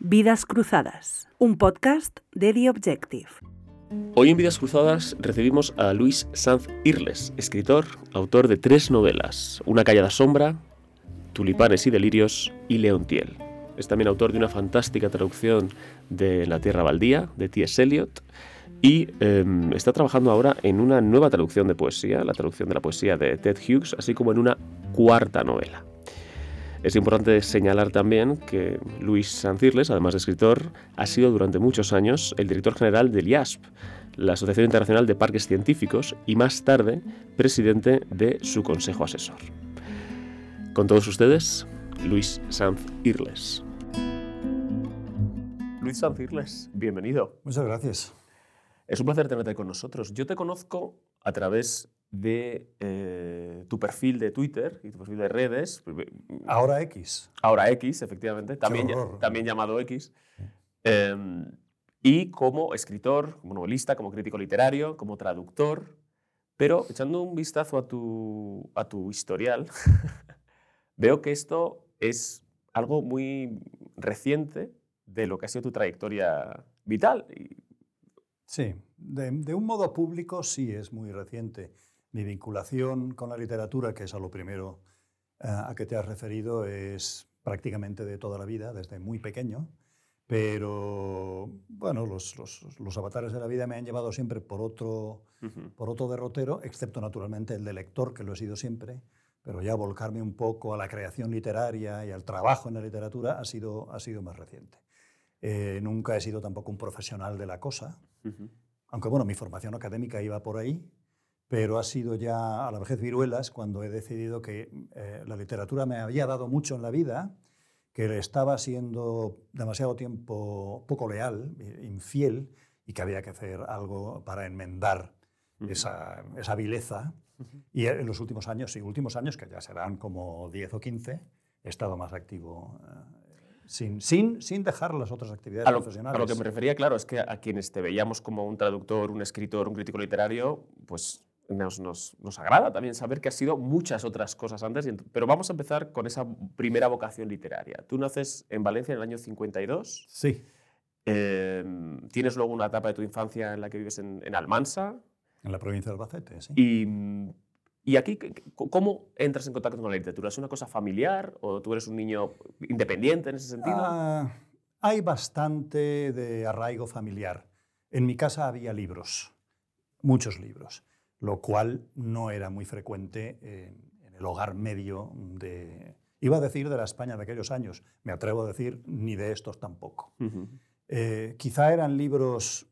Vidas Cruzadas, un podcast de The Objective. Hoy en Vidas Cruzadas recibimos a Luis Sanz Irles, escritor, autor de 3 novelas, Una callada sombra, Tulipanes y delirios y Leontiel. Es también autor de una fantástica traducción de La tierra baldía, de T.S. Eliot, y está trabajando ahora en una nueva traducción de poesía, la traducción de la poesía de Ted Hughes, así como en una 4ª novela. Es importante señalar también que Luis Sanz Irles, además de escritor, ha sido durante muchos años el director general del IASP, la Asociación Internacional de Parques Científicos, y más tarde presidente de su consejo asesor. Con todos ustedes, Luis Sanz Irles. Luis Sanz Irles, bienvenido. Muchas gracias. Es un placer tenerte con nosotros. Yo te conozco a través de tu perfil de Twitter y tu perfil de redes. Ahora X. Ahora X, efectivamente, también llamado X. Y como escritor, como novelista, como crítico literario, como traductor. Pero echando un vistazo a tu historial, veo que esto es algo muy reciente de lo que ha sido tu trayectoria vital. Sí, de un modo público sí es muy reciente. Mi vinculación con la literatura, que es a lo primero a que te has referido, es prácticamente de toda la vida, desde muy pequeño. Pero bueno, los avatares de la vida me han llevado siempre por otro derrotero, excepto naturalmente el de lector, que lo he sido siempre. Pero ya volcarme un poco a la creación literaria y al trabajo en la literatura ha sido más reciente. Nunca he sido tampoco un profesional de la cosa, aunque bueno, mi formación académica iba por ahí, pero ha sido ya a la vejez viruelas cuando he decidido que la literatura me había dado mucho en la vida, que le estaba siendo demasiado tiempo poco leal, infiel, y que había que hacer algo para enmendar esa vileza. Y en los últimos años, que ya serán como 10 o 15, he estado más activo sin dejar las otras actividades profesionales. A lo que me refería, claro, es que a quienes te veíamos como un traductor, un escritor, un crítico literario, pues nos agrada también saber que has sido muchas otras cosas antes. Pero vamos a empezar con esa primera vocación literaria. Tú naces en Valencia en el año 52. Sí. Tienes luego una etapa de tu infancia en la que vives en Almansa. En la provincia de Albacete, sí. ¿Y aquí cómo entras en contacto con la literatura? ¿Es una cosa familiar o tú eres un niño independiente en ese sentido? Hay bastante de arraigo familiar. En mi casa había libros, muchos libros, lo cual no era muy frecuente en el hogar medio iba a decir de la España de aquellos años, me atrevo a decir ni de estos tampoco. Quizá eran libros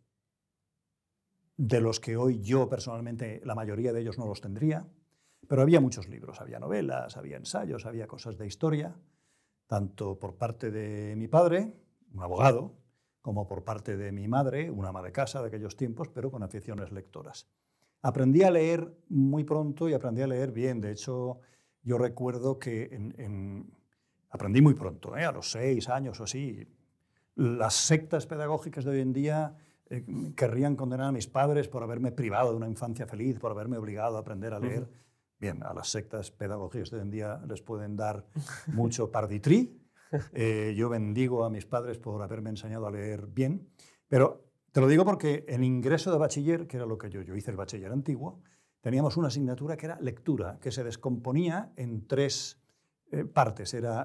de los que hoy yo personalmente, la mayoría de ellos no los tendría, pero había muchos libros, había novelas, había ensayos, había cosas de historia, tanto por parte de mi padre, un abogado, como por parte de mi madre, una ama de casa de aquellos tiempos, pero con aficiones lectoras. Aprendí a leer muy pronto y aprendí a leer bien. De hecho, yo recuerdo que aprendí muy pronto, a los 6 años o así. Las sectas pedagógicas de hoy en día querrían condenar a mis padres por haberme privado de una infancia feliz, por haberme obligado a aprender a leer. Bien, a las sectas pedagógicas de hoy en día les pueden dar mucho parditrí. Yo bendigo a mis padres por haberme enseñado a leer bien, pero te lo digo porque en ingreso de bachiller, que era lo que yo hice el bachiller antiguo, teníamos una asignatura que era lectura, que se descomponía en 3 partes. Era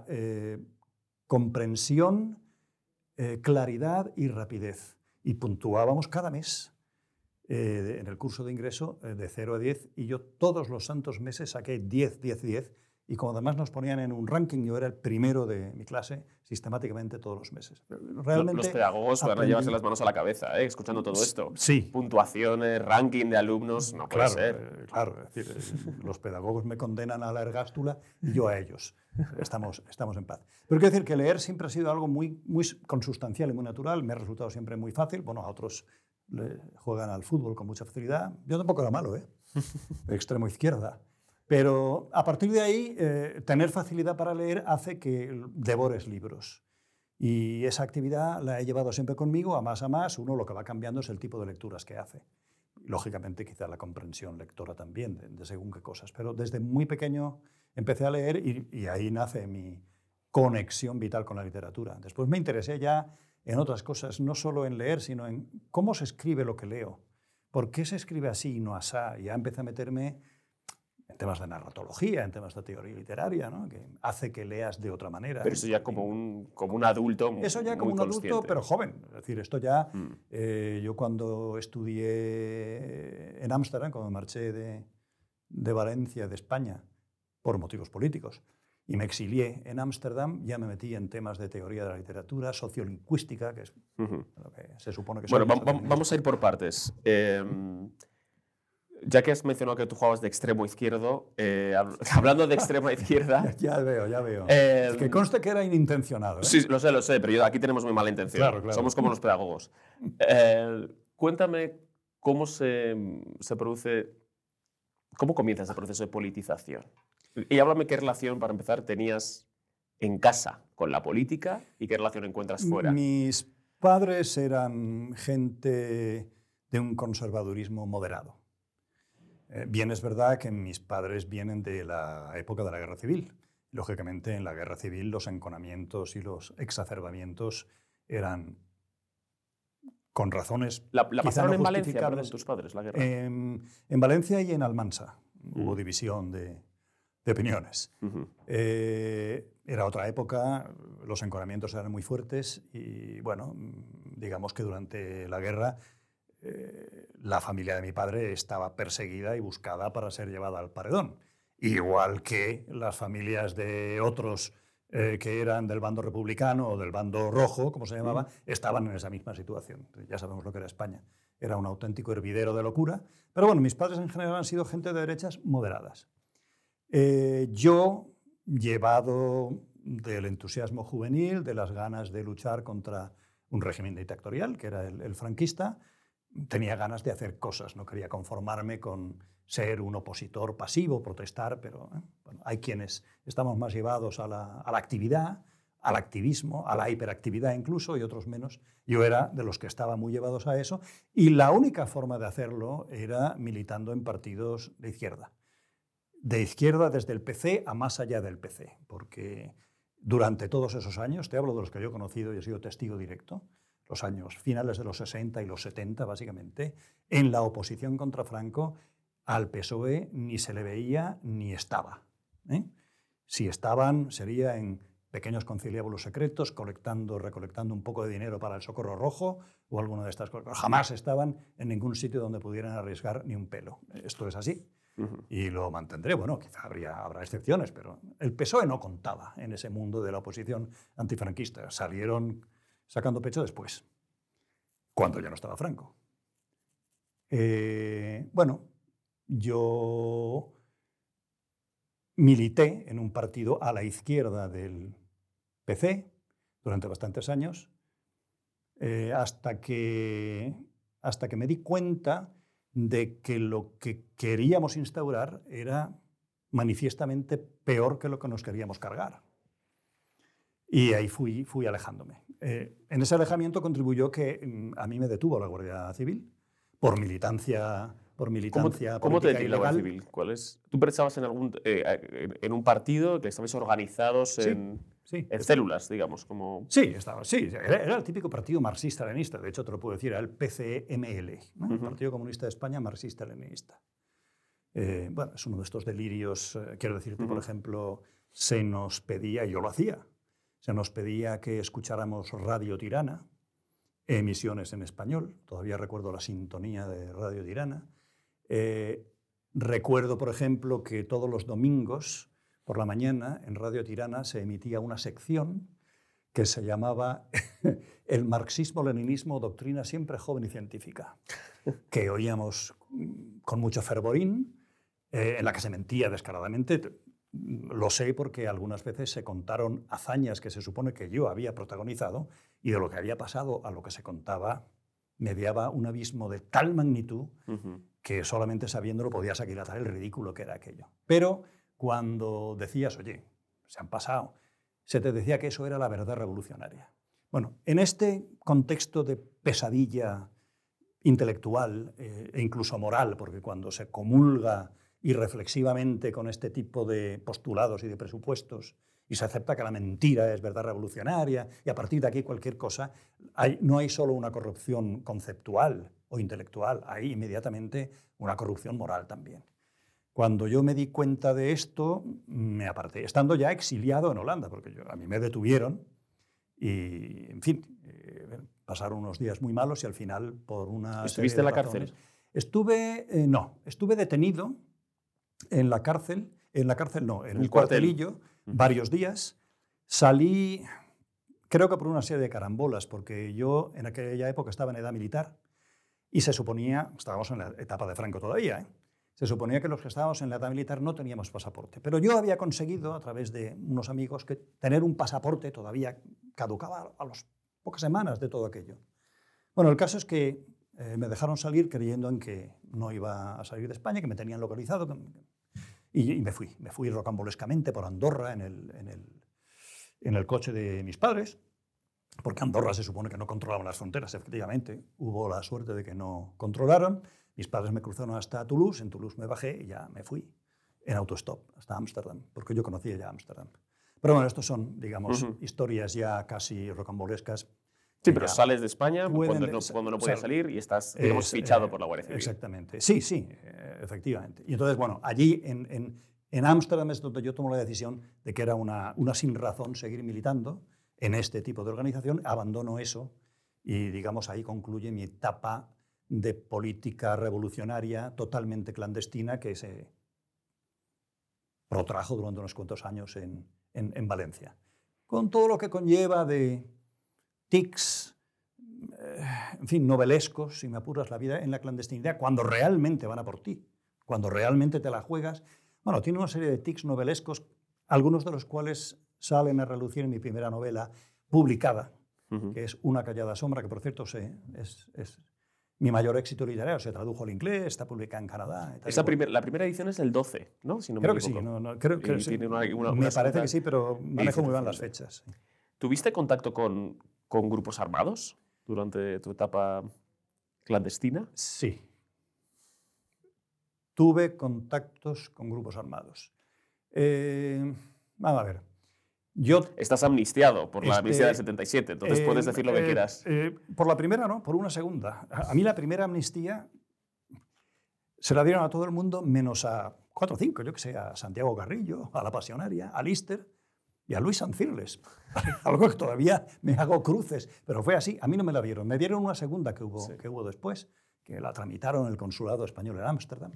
comprensión, claridad y rapidez. Y puntuábamos cada mes en el curso de ingreso de 0 a 10, y yo todos los santos meses saqué 10, 10, 10, y como además nos ponían en un ranking, yo era el primero de mi clase sistemáticamente todos los meses. Realmente los pedagogos van a llevarse las manos a la cabeza, escuchando todo esto. Sí. Puntuaciones, ranking de alumnos, no puede ser. Claro, es decir, los pedagogos me condenan a la ergástula y yo a ellos. Estamos en paz. Pero quiero decir que leer siempre ha sido algo muy consustancial y muy natural. Me ha resultado siempre muy fácil. Bueno, a otros juegan al fútbol con mucha facilidad. Yo tampoco era malo, extremo izquierda. Pero a partir de ahí, tener facilidad para leer hace que devores libros. Y esa actividad la he llevado siempre conmigo, a más. Uno lo que va cambiando es el tipo de lecturas que hace. Lógicamente, quizá la comprensión lectora también, de según qué cosas. Pero desde muy pequeño empecé a leer y ahí nace conexión vital con la literatura. Después me interesé ya en otras cosas, no solo en leer, sino en cómo se escribe lo que leo. ¿Por qué se escribe así y no asá? Y ya empecé a meterme en temas de narratología, en temas de teoría literaria, ¿no? Que hace que leas de otra manera. Pero eso ya como un adulto muy Eso ya como un adulto, consciente. pero joven. Es decir, esto ya... yo cuando estudié en Ámsterdam, cuando marché de Valencia, de España, por motivos políticos, y me exilié en Ámsterdam, ya me metí en temas de teoría de la literatura, sociolingüística, que es lo que se supone que soy. Bueno, vamos a ir por partes. Ya que has mencionado que tú jugabas de extremo izquierdo, hablando de extrema izquierda... ya veo. Que conste que era inintencionado. Sí, lo sé, pero aquí tenemos muy mala intención. Claro. Somos como los pedagogos. Cuéntame cómo se produce... ¿Cómo comienza ese proceso de politización? Y háblame qué relación, para empezar, tenías en casa con la política y qué relación encuentras fuera. Mis padres eran gente de un conservadurismo moderado. Bien es verdad que mis padres vienen de la época de la Guerra Civil. Lógicamente, en la Guerra Civil los enconamientos y los exacerbamientos eran con razones ¿La pasaron no en Valencia, perdón, tus padres, la guerra? En Valencia y en Almansa hubo división de opiniones. Era otra época, los enconamientos eran muy fuertes y, bueno, digamos que durante la guerra la familia de mi padre estaba perseguida y buscada para ser llevada al paredón. Igual que las familias de otros que eran del bando republicano o del bando rojo, como se llamaba, estaban en esa misma situación. Ya sabemos lo que era España. Era un auténtico hervidero de locura. Pero bueno, mis padres en general han sido gente de derechas moderadas. Yo, llevado del entusiasmo juvenil, de las ganas de luchar contra un régimen dictatorial, que era el franquista, tenía ganas de hacer cosas, no quería conformarme con ser un opositor pasivo, protestar, pero bueno, hay quienes estamos más llevados a la actividad, al activismo, a la hiperactividad incluso, y otros menos. Yo era de los que estaba muy llevados a eso, y la única forma de hacerlo era militando en partidos de izquierda. De izquierda desde el PC a más allá del PC, porque durante todos esos años, te hablo de los que yo he conocido y he sido testigo directo, los años finales de los 60 y los 70, básicamente, en la oposición contra Franco, al PSOE ni se le veía ni estaba. Si estaban, sería en pequeños conciliábulos secretos, recolectando un poco de dinero para el Socorro Rojo o alguna de estas cosas. Jamás estaban en ningún sitio donde pudieran arriesgar ni un pelo. Esto es así. Y lo mantendré. Bueno, quizá habrá excepciones, pero el PSOE no contaba en ese mundo de la oposición antifranquista. Salieron sacando pecho después, cuando ya no estaba Franco. Bueno, yo milité en un partido a la izquierda del PC durante bastantes años, hasta que me di cuenta de que lo que queríamos instaurar era manifiestamente peor que lo que nos queríamos cargar. Y ahí fui alejándome. En ese alejamiento contribuyó que a mí me detuvo la Guardia Civil por militancia ¿Cómo te detuvo la Guardia Civil? ¿Tú pensabas en un partido que estabais organizados en células, digamos? Sí, era el típico partido marxista-leninista. De hecho, te lo puedo decir, era el PCML, ¿no? El Partido Comunista de España marxista-leninista. Bueno, es uno de estos delirios. Quiero decirte, por ejemplo, se nos pedía, y yo lo hacía, se nos pedía que escucháramos Radio Tirana, emisiones en español. Todavía recuerdo la sintonía de Radio Tirana. Recuerdo, por ejemplo, que todos los domingos por la mañana en Radio Tirana se emitía una sección que se llamaba El marxismo-leninismo, doctrina siempre joven y científica, que oíamos con mucho fervorín, en la que se mentía descaradamente. Lo sé porque algunas veces se contaron hazañas que se supone que yo había protagonizado y de lo que había pasado a lo que se contaba mediaba un abismo de tal magnitud que solamente sabiéndolo podías aquilatar el ridículo que era aquello. Pero cuando decías, oye, se han pasado, se te decía que eso era la verdad revolucionaria. Bueno, en este contexto de pesadilla intelectual e incluso moral, porque cuando se comulga irreflexivamente con este tipo de postulados y de presupuestos y se acepta que la mentira es verdad revolucionaria y a partir de aquí cualquier cosa, no hay solo una corrupción conceptual o intelectual, hay inmediatamente una corrupción moral también. Cuando yo me di cuenta de esto, me aparté, estando ya exiliado en Holanda, porque a mí me detuvieron y, en fin, pasaron unos días muy malos y al final, por una ¿Estuviste en la cárcel? Estuve detenido en la cárcel no, en el cuartelillo, varios días. Salí, creo que por una serie de carambolas, porque yo en aquella época estaba en edad militar y se suponía, estábamos en la etapa de Franco todavía, se suponía que los que estábamos en la edad militar no teníamos pasaporte. Pero yo había conseguido, a través de unos amigos, que tener un pasaporte todavía caducaba a las pocas semanas de todo aquello. Bueno, el caso es que me dejaron salir creyendo en que no iba a salir de España, que me tenían localizado. Y me fui rocambolescamente por Andorra en el coche de mis padres, porque Andorra se supone que no controlaban las fronteras, efectivamente. Hubo la suerte de que no controlaron. Mis padres me cruzaron hasta Toulouse, en Toulouse me bajé y ya me fui en autostop hasta Ámsterdam, porque yo conocía ya Ámsterdam. Pero bueno, estos son, digamos, historias ya casi rocambolescas. Sí, pero sales de España cuando no podías salir y estás, digamos, fichado por la Guardia Civil. Exactamente. Sí, efectivamente. Y entonces, bueno, allí en Ámsterdam es donde yo tomo la decisión de que era una sinrazón seguir militando en este tipo de organización. Abandono eso y, digamos, ahí concluye mi etapa de política revolucionaria totalmente clandestina que se protrajo durante unos cuantos años en Valencia. Con todo lo que conlleva de tics, en fin, novelescos, si me apuras, la vida en la clandestinidad, cuando realmente van a por ti, cuando realmente te la juegas. Bueno, tiene una serie de tics novelescos, algunos de los cuales salen a relucir en mi primera novela publicada, que es Una callada sombra, que por cierto es mi mayor éxito literario. Se tradujo al inglés, está publicada en Canadá. La primera edición es del 12, ¿no? Si no creo me que sí. Creo que sí. Me parece que sí, pero manejo muy bien las fechas. ¿Tuviste contacto con grupos armados durante tu etapa clandestina? Sí. Tuve contactos con grupos armados. Vamos a ver. Estás amnistiado por la amnistía del 77, entonces puedes decir lo que quieras. Por la primera no, por una segunda. A mí la primera amnistía se la dieron a todo el mundo menos a 4 o 5, yo que sé, a Santiago Carrillo, a La Pasionaria, a Lister y a Luis Sancirles. Algo que todavía me hago cruces, pero fue así. A mí no me la dieron. Me dieron una segunda que hubo después, que la tramitaron en el consulado español en Ámsterdam.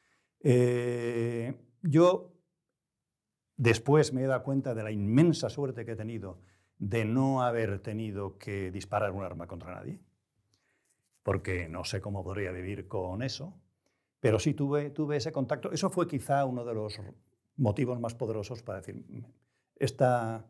Yo después me he dado cuenta de la inmensa suerte que he tenido de no haber tenido que disparar un arma contra nadie, porque no sé cómo podría vivir con eso, pero sí tuve ese contacto. Eso fue quizá uno de los motivos más poderosos para decir, esta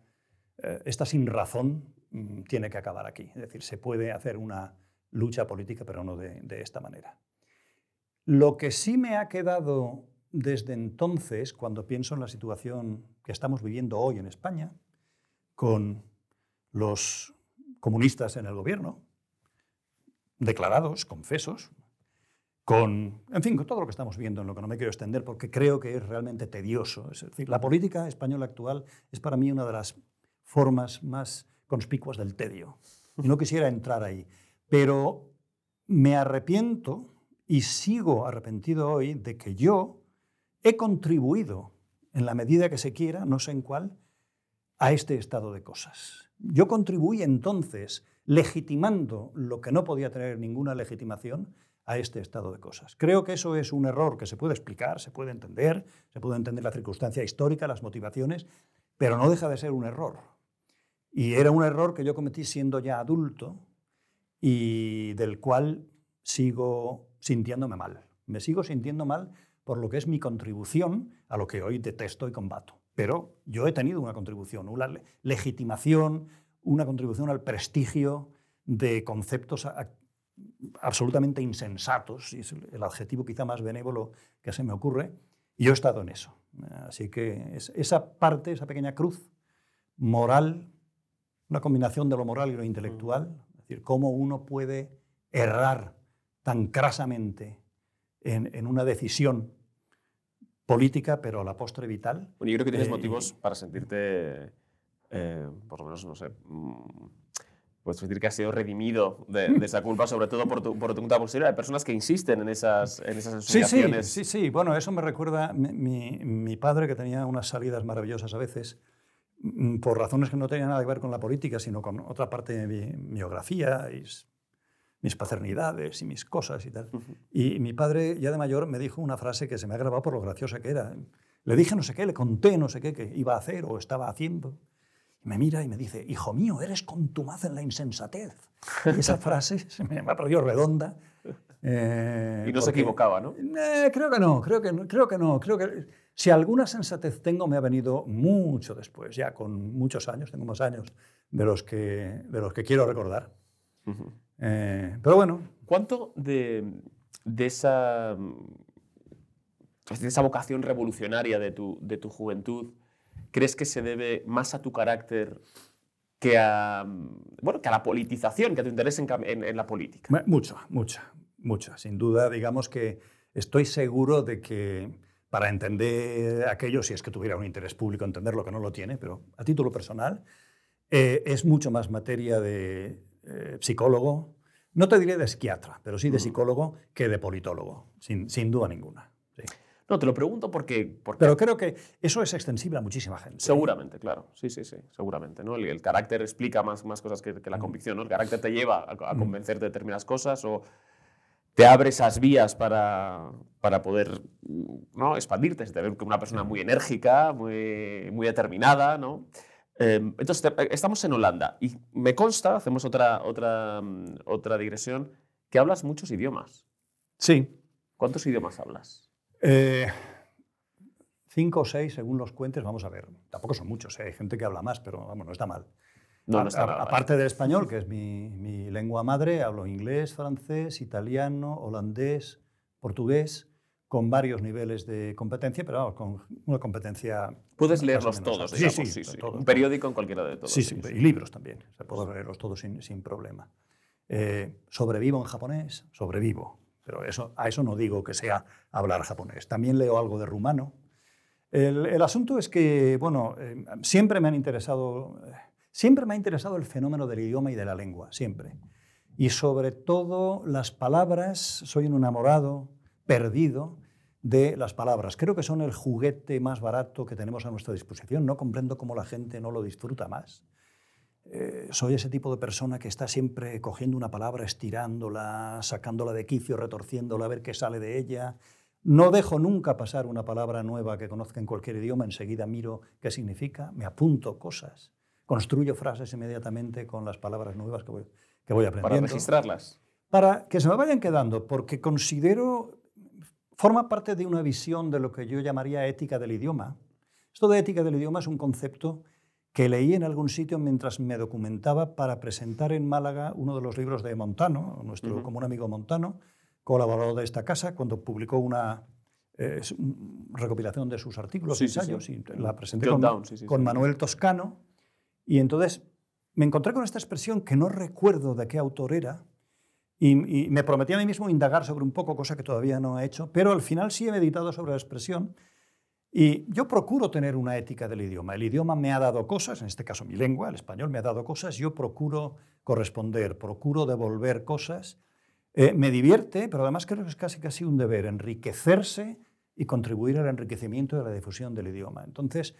sinrazón tiene que acabar aquí. Es decir, se puede hacer una lucha política, pero no de esta manera. Lo que sí me ha quedado desde entonces, cuando pienso en la situación que estamos viviendo hoy en España, con los comunistas en el gobierno, declarados, confesos, con todo lo que estamos viendo, en lo que no me quiero extender porque creo que es realmente tedioso. Es decir, la política española actual es para mí una de las formas más conspicuas del tedio. Y no quisiera entrar ahí, pero me arrepiento y sigo arrepentido hoy de que yo he contribuido, en la medida que se quiera, no sé en cuál, a este estado de cosas. Yo contribuí entonces legitimando lo que no podía tener ninguna legitimación a este estado de cosas. Creo que eso es un error que se puede explicar, se puede entender la circunstancia histórica, las motivaciones, pero no deja de ser un error. Y era un error que yo cometí siendo ya adulto y del cual sigo sintiéndome mal. Me sigo sintiendo mal por lo que es mi contribución a lo que hoy detesto y combato. Pero yo he tenido una contribución, una legitimación, una contribución al prestigio de conceptos absolutamente insensatos, y es el adjetivo quizá más benévolo que se me ocurre, y yo he estado en eso. Así que esa parte, esa pequeña cruz moral, una combinación de lo moral y lo intelectual, es decir, cómo uno puede errar tan crasamente en una decisión política, pero a la postre vital. Bueno, yo creo que tienes motivos para sentirte, por lo menos, no sé, puedes sentir que has sido redimido de esa culpa, sobre todo por tu conducta posterior. Hay personas que insisten en esas asociaciones. Sí. Bueno, eso me recuerda mi padre, que tenía unas salidas maravillosas a veces, por razones que no tenían nada que ver con la política, sino con otra parte de mi biografía, mis paternidades y mis cosas y tal. Y mi padre, ya de mayor, me dijo una frase que se me ha grabado por lo graciosa que era. Le dije no sé qué, le conté no sé qué que iba a hacer o estaba haciendo. Y me mira y me dice, hijo mío, eres contumaz en la insensatez. Y esa frase se me ha parecido redonda. Y no se equivocaba, ¿no? Creo que no. Creo que si alguna sensatez tengo, me ha venido mucho después, ya con muchos años, tengo más años de los que quiero recordar. Pero bueno. ¿Cuánto de esa vocación revolucionaria de tu juventud crees que se debe más a tu carácter que a la politización, que a tu interés en la política? Mucha. Sin duda, digamos que estoy seguro de que para entender aquello, si es que tuviera un interés público, entenderlo, que no lo tiene, pero a título personal, es mucho más materia de psicólogo, no te diré de psiquiatra, pero sí de psicólogo que de politólogo, sin duda ninguna. Sí. No, te lo pregunto porque... Pero creo que eso es extensible a muchísima gente. Seguramente, claro. Sí, seguramente, ¿no? El carácter explica más cosas que la convicción, ¿no? El carácter te lleva a convencerte de determinadas cosas o te abre esas vías para poder, ¿no?, expandirte. Te ves como una persona muy enérgica, muy determinada, ¿no? Entonces, estamos en Holanda y me consta, hacemos otra digresión, que hablas muchos idiomas. Sí. ¿Cuántos idiomas hablas? 5 o 6, según los cuentes, vamos a ver. Tampoco son muchos, hay gente que habla más, pero vamos, no está mal. No está mal. Aparte del español, que es mi lengua madre, hablo inglés, francés, italiano, holandés, portugués, con varios niveles de competencia, pero vamos, con una competencia... Puedes leerlos todos, digamos. Sí. Todos, un periódico en cualquiera de todos. Sí, y libros también. Puedo leerlos todos sin problema. ¿Sobrevivo en japonés? Sobrevivo. Pero a eso no digo que sea hablar japonés. También leo algo de rumano. El asunto es que, bueno, siempre me ha interesado el fenómeno del idioma y de la lengua, siempre. Y sobre todo las palabras, soy un enamorado, perdido de las palabras. Creo que son el juguete más barato que tenemos a nuestra disposición. No comprendo cómo la gente no lo disfruta más. Soy ese tipo de persona que está siempre cogiendo una palabra, estirándola, sacándola de quicio, retorciéndola, a ver qué sale de ella. No dejo nunca pasar una palabra nueva que conozca en cualquier idioma. Enseguida miro qué significa, me apunto cosas, construyo frases inmediatamente con las palabras nuevas que voy aprendiendo. ¿Para registrarlas? Para que se me vayan quedando, porque considero... Forma parte de una visión de lo que yo llamaría ética del idioma. Esto de ética del idioma es un concepto que leí en algún sitio mientras me documentaba para presentar en Málaga uno de los libros de Montano, nuestro común amigo Montano, colaborador de esta casa, cuando publicó una recopilación de sus artículos, ensayos, y la presenté con Manuel Toscano. Y entonces me encontré con esta expresión que no recuerdo de qué autor era, y me prometí a mí mismo indagar sobre un poco, cosa que todavía no he hecho, pero al final sí he meditado sobre la expresión. Y yo procuro tener una ética del idioma. El idioma me ha dado cosas, en este caso mi lengua, el español me ha dado cosas, yo procuro corresponder, procuro devolver cosas. Me divierte, pero además creo que es casi un deber, enriquecerse y contribuir al enriquecimiento y a la difusión del idioma. Entonces,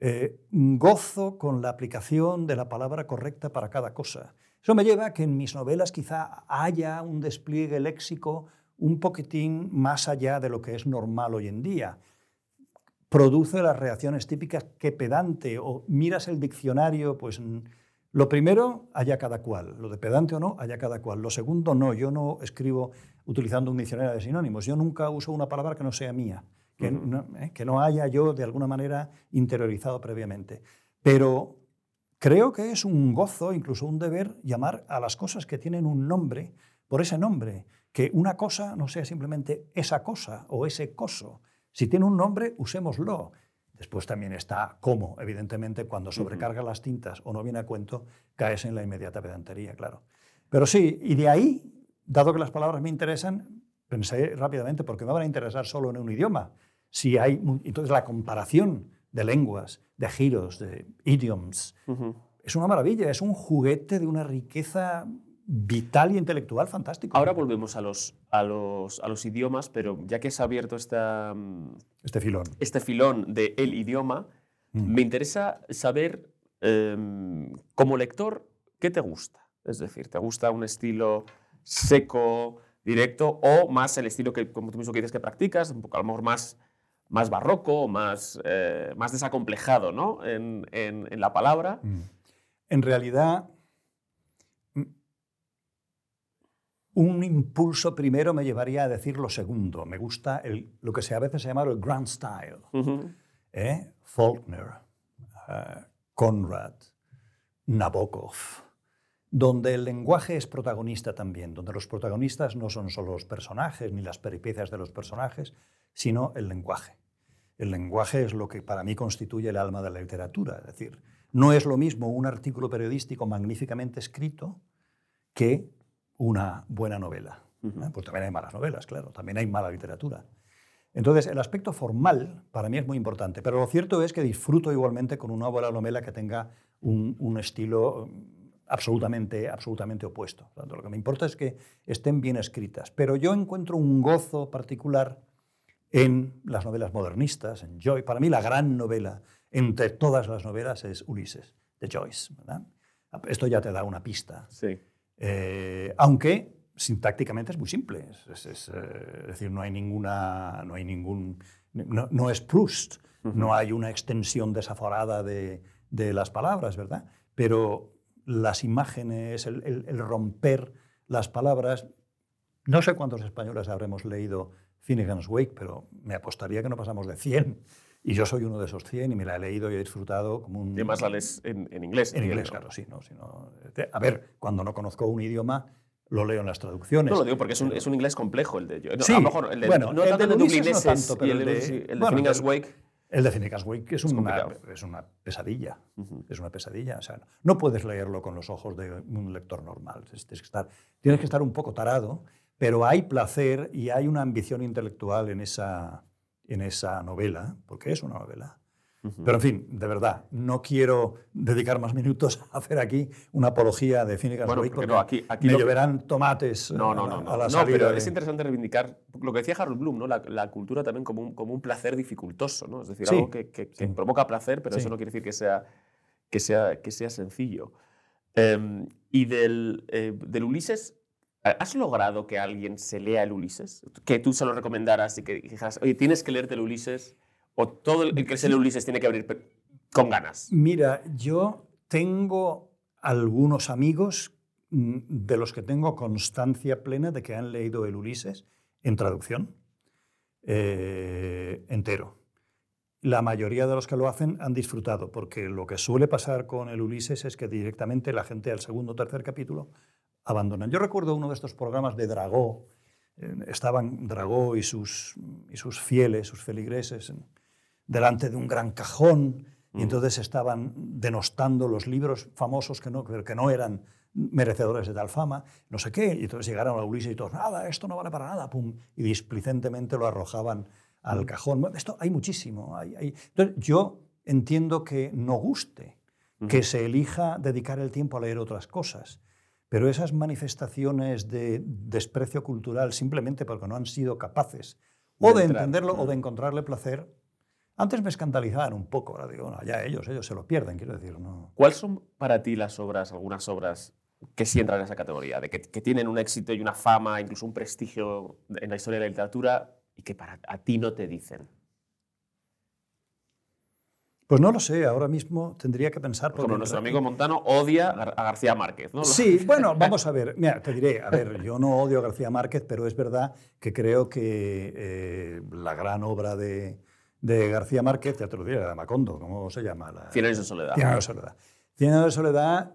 gozo con la aplicación de la palabra correcta para cada cosa. Eso me lleva a que en mis novelas quizá haya un despliegue léxico un poquitín más allá de lo que es normal hoy en día. Produce las reacciones típicas, qué pedante, o miras el diccionario, pues lo primero, allá cada cual. Lo de pedante o no, allá cada cual. Lo segundo, no, yo no escribo utilizando un diccionario de sinónimos. Yo nunca uso una palabra que no sea mía, que no haya yo de alguna manera interiorizado previamente. Pero creo que es un gozo, incluso un deber, llamar a las cosas que tienen un nombre por ese nombre. Que una cosa no sea simplemente esa cosa o ese coso. Si tiene un nombre, usémoslo. Después también está cómo, evidentemente, cuando sobrecargas las tintas o no viene a cuento, caes en la inmediata pedantería, claro. Pero sí, y de ahí, dado que las palabras me interesan, pensé rápidamente, ¿por qué me van a interesar solo en un idioma? Entonces la comparación de lenguas, de giros, de idioms, es una maravilla, es un juguete de una riqueza vital y intelectual fantástico. Ahora volvemos a los idiomas, pero ya que se ha abierto este filón de el idioma, me interesa saber, como lector, ¿qué te gusta? Es decir, ¿te gusta un estilo seco, directo, o más el estilo que, como tú mismo dices, que practicas, un poco a lo mejor más barroco, más desacomplejado, ¿no? en la palabra? En realidad, un impulso primero me llevaría a decir lo segundo. Me gusta lo que a veces se llama el grand style. Faulkner, Conrad, Nabokov, donde el lenguaje es protagonista también, donde los protagonistas no son solo los personajes ni las peripecias de los personajes, sino el lenguaje. El lenguaje es lo que para mí constituye el alma de la literatura. Es decir, no es lo mismo un artículo periodístico magníficamente escrito que una buena novela. Pues también hay malas novelas, claro, también hay mala literatura. Entonces, el aspecto formal para mí es muy importante, pero lo cierto es que disfruto igualmente con una buena novela que tenga un estilo absolutamente opuesto. Lo que me importa es que estén bien escritas, pero yo encuentro un gozo particular en las novelas modernistas, en Joyce. Para mí la gran novela entre todas las novelas es Ulises, de Joyce, ¿verdad? Esto ya te da una pista. Sí. Aunque sintácticamente es muy simple. Es decir, no es Proust, no hay una extensión desaforada de las palabras, ¿verdad? Pero las imágenes, el romper las palabras. No sé cuántos españoles habremos leído Finnegan's Wake, pero me apostaría que no pasamos de 100. Y yo soy uno de esos 100 y me la he leído y he disfrutado como un... Y además la lees en inglés. En inglés, claro, sí. A ver, cuando no conozco un idioma, lo leo en las traducciones. No lo digo porque es un inglés complejo el de yo. Sí, a lo mejor el de, bueno, no el tanto de el de Ulises no dublineses tanto, pero y el de Finnegan's Wake. El de Finnegan's Wake es una pesadilla. Es una pesadilla. O sea, no puedes leerlo con los ojos de un lector normal. Tienes que estar un poco tarado, pero hay placer y hay una ambición intelectual en esa novela, porque es una novela. Pero, en fin, de verdad, no quiero dedicar más minutos a hacer aquí una apología de Finnegan's Wake, porque aquí me lloverán tomates a la salida. No, pero es interesante reivindicar lo que decía Harold Bloom, ¿no? La cultura también como un placer dificultoso, ¿no? Es decir, algo que provoca placer, pero eso no quiere decir que sea sencillo. Y del Ulises, ¿has logrado que alguien se lea el Ulises? Que tú se lo recomendaras y que dijeras, oye, tienes que leerte el Ulises, o todo el que se lee Ulises tiene que abrir con ganas. Mira, yo tengo algunos amigos de los que tengo constancia plena de que han leído el Ulises en traducción entero. La mayoría de los que lo hacen han disfrutado, porque lo que suele pasar con el Ulises es que directamente la gente al segundo o tercer capítulo abandonan. Yo recuerdo uno de estos programas de Dragó. Estaban Dragó y sus fieles, sus feligreses, delante de un gran cajón, y entonces estaban denostando los libros famosos que no eran merecedores de tal fama, no sé qué, y entonces llegaron a Ulises y todos, nada, esto no vale para nada, pum, y displicentemente lo arrojaban al cajón. Esto hay muchísimo. Entonces, yo entiendo que no guste, que se elija dedicar el tiempo a leer otras cosas, pero esas manifestaciones de desprecio cultural simplemente porque no han sido capaces o de entenderlo o de encontrarle placer, antes me escandalizaban un poco. Ahora digo, no, ya ellos se lo pierden, quiero decir. No. ¿Cuáles son para ti algunas obras que sí entran en esa categoría, de que tienen un éxito y una fama, incluso un prestigio en la historia de la literatura y que a ti no te dicen? Pues no lo sé, ahora mismo tendría que pensar... Por ejemplo, nuestro amigo Montano odia a García Márquez, ¿no? Sí, bueno, vamos a ver. Mira, te diré, yo no odio a García Márquez, pero es verdad que creo que la gran obra de García Márquez, ya te lo diré, la de Macondo, ¿cómo se llama? 100 años de soledad. 100 años de soledad. 100 años de soledad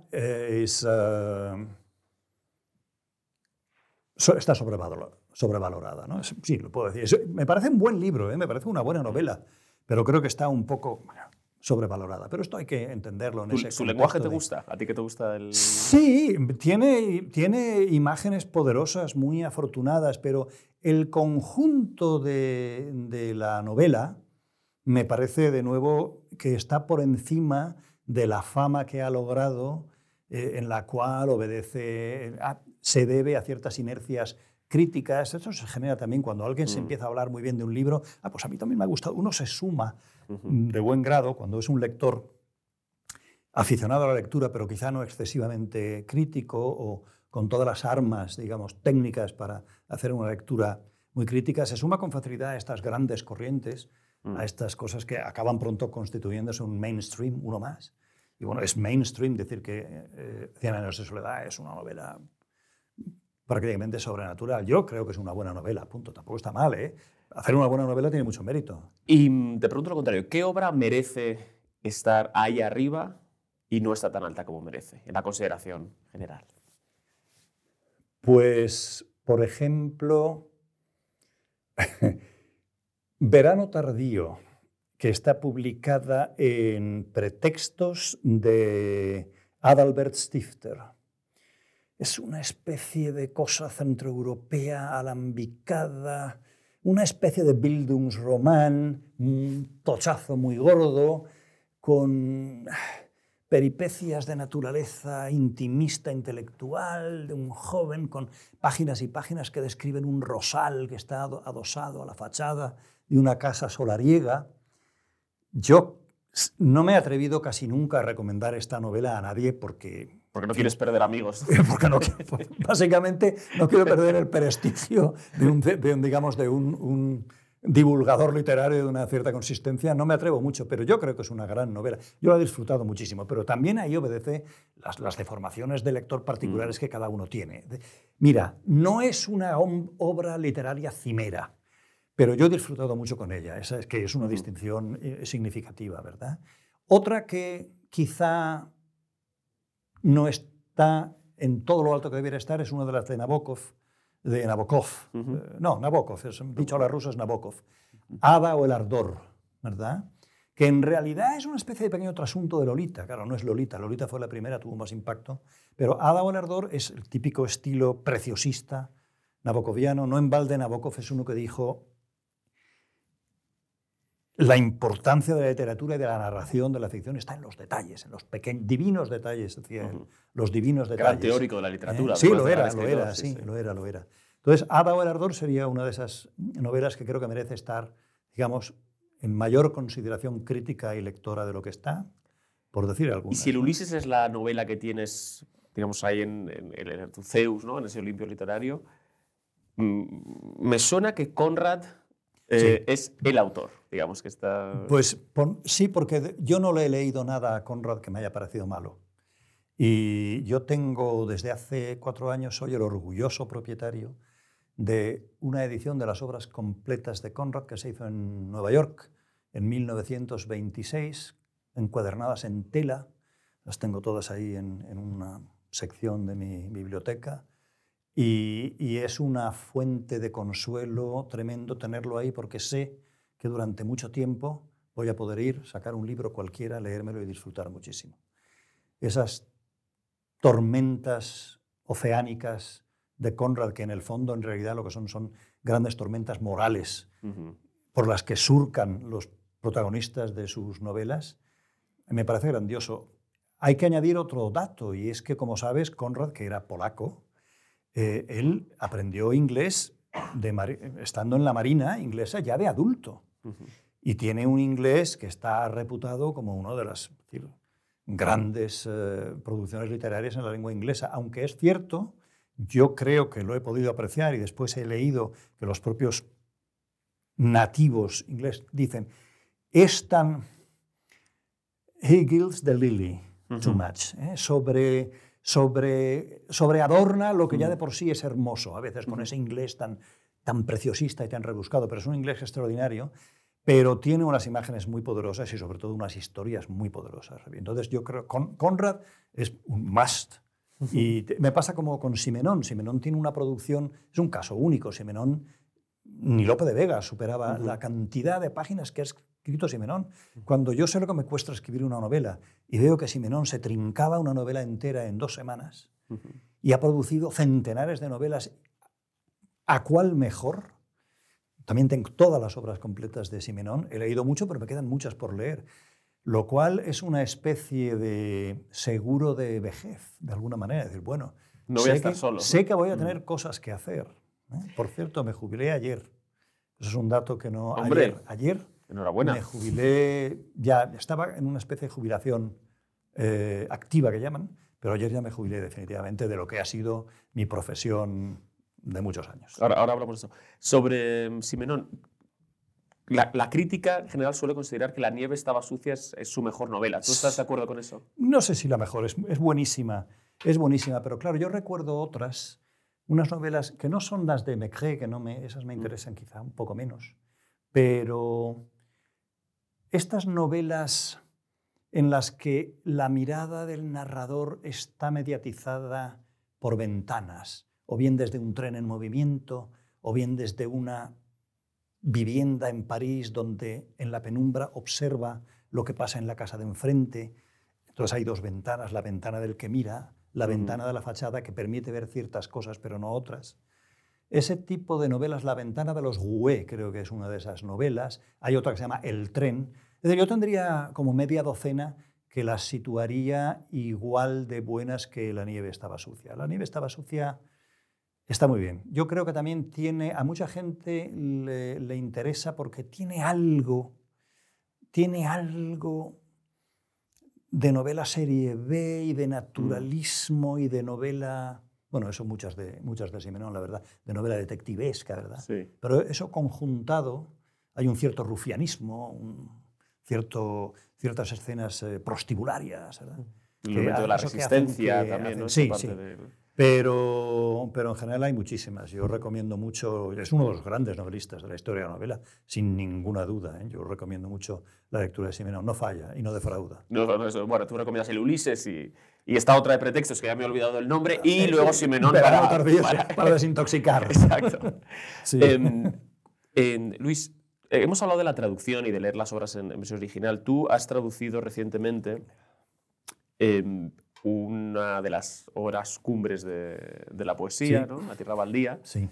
está sobrevalorada, ¿no? Sí, lo puedo decir. Me parece un buen libro, me parece una buena novela, pero creo que está un poco sobrevalorada. Pero esto hay que entenderlo en ese ¿Su lenguaje te de... gusta? ¿A ti que te gusta el...? Sí, tiene imágenes poderosas, muy afortunadas, pero el conjunto de la novela me parece, de nuevo, que está por encima de la fama que ha logrado, en la cual se debe a ciertas inercias críticas. Eso se genera también cuando alguien se empieza a hablar muy bien de un libro. Pues a mí también me ha gustado. Uno se suma de buen grado cuando es un lector aficionado a la lectura, pero quizá no excesivamente crítico o con todas las armas, digamos, técnicas para hacer una lectura muy crítica, se suma con facilidad a estas grandes corrientes, a estas cosas que acaban pronto constituyéndose un mainstream, uno más. Y bueno, es mainstream decir que Cien años de soledad es una novela prácticamente sobrenatural. Yo creo que es una buena novela, punto. Tampoco está mal, ¿eh? Hacer una buena novela tiene mucho mérito. Y te pregunto lo contrario, ¿qué obra merece estar ahí arriba y no está tan alta como merece, en la consideración general? Pues, por ejemplo, Verano tardío, que está publicada en Pretextos de Adalbert Stifter. Es una especie de cosa centroeuropea alambicada, una especie de Bildungsroman, un tochazo muy gordo, con peripecias de naturaleza intimista, intelectual, de un joven, con páginas y páginas que describen un rosal que está adosado a la fachada de una casa solariega. Yo no me he atrevido casi nunca a recomendar esta novela a nadie porque no quieres perder amigos. Porque básicamente no quiero perder el prestigio de un divulgador literario de una cierta consistencia. No me atrevo mucho, pero yo creo que es una gran novela. Yo la he disfrutado muchísimo, pero también ahí obedece las deformaciones de lector particulares que cada uno tiene. Mira, no es una obra literaria cimera, pero yo he disfrutado mucho con ella. Esa es que es una distinción significativa, ¿verdad? Otra que quizá no está en todo lo alto que debiera estar es una de las de Nabokov. Nabokov, dicho a la rusa es Nabokov. Ada o el ardor, ¿verdad? Que en realidad es una especie de pequeño trasunto de Lolita. Claro, no es Lolita. Lolita fue la primera, tuvo más impacto. Pero Ada o el ardor es el típico estilo preciosista nabokoviano. No en balde Nabokov es uno que dijo: la importancia de la literatura y de la narración de la ficción está en los detalles, en los divinos detalles, decía él. Los divinos detalles. Gran teórico de la literatura. Sí, lo era. Entonces, Ada o el ardor sería una de esas novelas que creo que merece estar, digamos, en mayor consideración crítica y lectora de lo que está, por decir algunas. Y si el Ulises es la novela que tienes, digamos, ahí en tu Zeus, ¿no? En ese Olimpio literario, me suena que Conrad es el autor, digamos, que está... Pues sí, porque yo no le he leído nada a Conrad que me haya parecido malo. Y yo tengo, desde hace 4 años, soy el orgulloso propietario de una edición de las obras completas de Conrad que se hizo en Nueva York en 1926, encuadernadas en tela. Las tengo todas ahí en una sección de mi biblioteca. Y es una fuente de consuelo tremendo tenerlo ahí, porque sé que durante mucho tiempo voy a poder ir, sacar un libro cualquiera, leérmelo y disfrutar muchísimo. Esas tormentas oceánicas de Conrad, que en el fondo en realidad lo que son grandes tormentas morales por las que surcan los protagonistas de sus novelas, me parece grandioso. Hay que añadir otro dato, y es que, como sabes, Conrad, que era polaco, él aprendió inglés estando en la Marina inglesa ya de adulto. Y tiene un inglés que está reputado como una de las grandes producciones literarias en la lengua inglesa. Aunque es cierto, yo creo que lo he podido apreciar y después he leído que los propios nativos ingleses dicen: es tan... He gilds the lily too much. Sobreadorna lo que ya de por sí es hermoso, a veces con ese inglés tan preciosista y tan rebuscado, pero es un inglés extraordinario, pero tiene unas imágenes muy poderosas y sobre todo unas historias muy poderosas. Entonces yo creo que Conrad es un must. Y me pasa como con Simenón. Simenón tiene una producción, es un caso único. Simenón, ni Lope de Vega superaba la cantidad de páginas que es escrito Simenón. Cuando yo sé lo que me cuesta escribir una novela y veo que Simenón se trincaba una novela entera en 2 semanas y ha producido centenares de novelas, ¿a cuál mejor? También tengo todas las obras completas de Simenón. He leído mucho, pero me quedan muchas por leer. Lo cual es una especie de seguro de vejez, de alguna manera. Es decir, bueno, no voy a estar solo. Sé que voy a tener cosas que hacer. Por cierto, me jubilé ayer. Eso es un dato que no... ¡Hombre! Ayer Enhorabuena. me jubilé, ya estaba en una especie de jubilación activa que llaman, pero ayer ya me jubilé definitivamente de lo que ha sido mi profesión de muchos años. Ahora hablamos de eso. Sobre Simenón, la crítica en general suele considerar que La nieve estaba sucia es su mejor novela. ¿Tú estás de acuerdo con eso? No sé si la mejor, es buenísima, pero claro, yo recuerdo otras, unas novelas que no son las de Maigret, que esas me interesan quizá un poco menos, pero estas novelas en las que la mirada del narrador está mediatizada por ventanas, o bien desde un tren en movimiento, o bien desde una vivienda en París donde en la penumbra observa lo que pasa en la casa de enfrente. Entonces hay 2 ventanas, la ventana del que mira, la ventana de la fachada que permite ver ciertas cosas pero no otras. Ese tipo de novelas, La ventana de los Gouet, creo que es una de esas novelas. Hay otra que se llama El tren. Es decir, yo tendría como media docena que las situaría igual de buenas que La nieve estaba sucia. La nieve estaba sucia está muy bien. Yo creo que también a mucha gente le interesa porque tiene algo de novela serie B y de naturalismo y de novela... Bueno, eso muchas de Simenón, la verdad, de novela detectivesca, ¿verdad? Sí. Pero eso conjuntado, hay un cierto rufianismo, ciertas escenas prostibularias, ¿verdad? El momento de la resistencia también, ¿no? Sí. Pero en general hay muchísimas. Yo recomiendo mucho, es uno de los grandes novelistas de la historia de la novela, sin ninguna duda. Yo recomiendo mucho la lectura de Simenón. No falla y no defrauda. Bueno, tú recomiendas el Ulises y esta otra de pretextos, que ya me he olvidado del nombre, y luego Simenón para desintoxicar. Exacto. Sí. Luis, hemos hablado de la traducción y de leer las obras en versión original. Tú has traducido recientemente una de las obras cumbres de la poesía, sí, ¿no? La Tierra Baldía. Sí.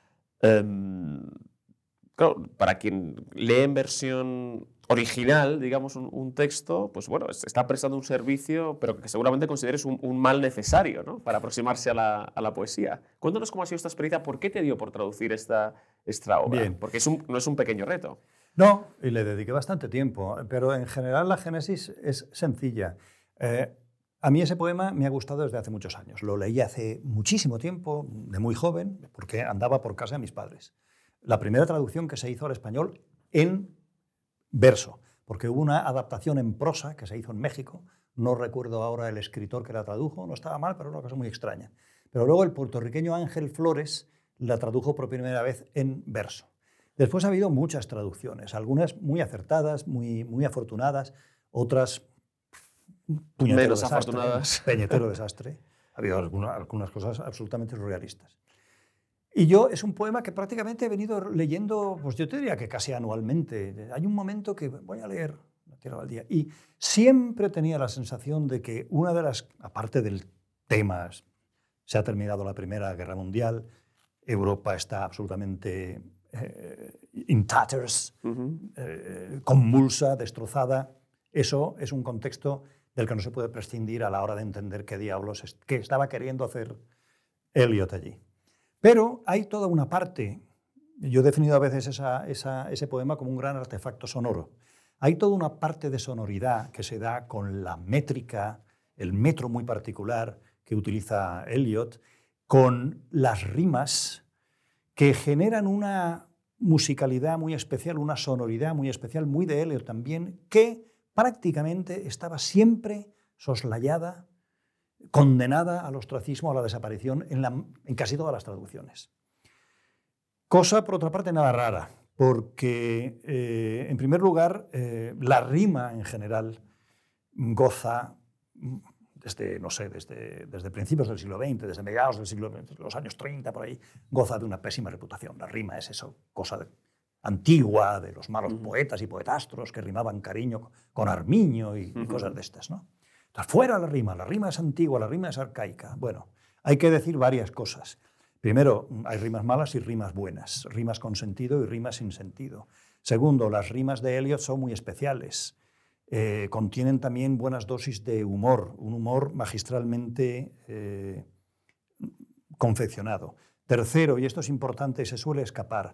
Claro, para quien lee en versión original, digamos, un texto, pues bueno, está prestando un servicio, pero que seguramente consideres un mal necesario, ¿no? Para aproximarse a la poesía. Cuéntanos cómo ha sido esta experiencia, ¿por qué te dio por traducir esta obra? Bien. Porque no es un pequeño reto. No, y le dediqué bastante tiempo, pero en general la génesis es sencilla. A mí ese poema me ha gustado desde hace muchos años. Lo leí hace muchísimo tiempo, de muy joven, porque andaba por casa de mis padres. La primera traducción que se hizo al español en verso, porque hubo una adaptación en prosa que se hizo en México. No recuerdo ahora el escritor que la tradujo, no estaba mal, pero era una cosa muy extraña. Pero luego el puertorriqueño Ángel Flores la tradujo por primera vez en verso. Después ha habido muchas traducciones, algunas muy acertadas, muy afortunadas, otras menos afortunadas. Peñetero desastre. Ha habido algunas cosas absolutamente surrealistas. Y yo es un poema que prácticamente he venido leyendo, pues yo te diría que casi anualmente. Hay un momento que voy a leer La Tierra Baldía y siempre tenía la sensación de que una de las, aparte del tema, se ha terminado la Primera Guerra Mundial, Europa está absolutamente in tatters, convulsa, destrozada. Eso es un contexto del que no se puede prescindir a la hora de entender qué diablos qué estaba queriendo hacer Eliot allí. Pero hay toda una parte, yo he definido a veces ese poema como un gran artefacto sonoro. Hay toda una parte de sonoridad que se da con la métrica, el metro muy particular que utiliza Eliot, con las rimas que generan una musicalidad muy especial, una sonoridad muy especial, muy de Eliot también, que prácticamente estaba siempre soslayada, condenada al ostracismo, a la desaparición en casi todas las traducciones. Cosa, por otra parte, nada rara, porque, en primer lugar, la rima en general goza, desde principios del siglo XX, desde mediados del siglo XX, los años 30, por ahí, goza de una pésima reputación. La rima es eso, cosa antigua de los malos poetas y poetastros que rimaban cariño con armiño y cosas de estas, ¿no? Entonces, fuera la rima es antigua, la rima es arcaica. Bueno, hay que decir varias cosas. Primero, hay rimas malas y rimas buenas, rimas con sentido y rimas sin sentido. Segundo, las rimas de Eliot son muy especiales. Contienen también buenas dosis de humor, un humor magistralmente confeccionado. Tercero, y esto es importante, se suele escapar,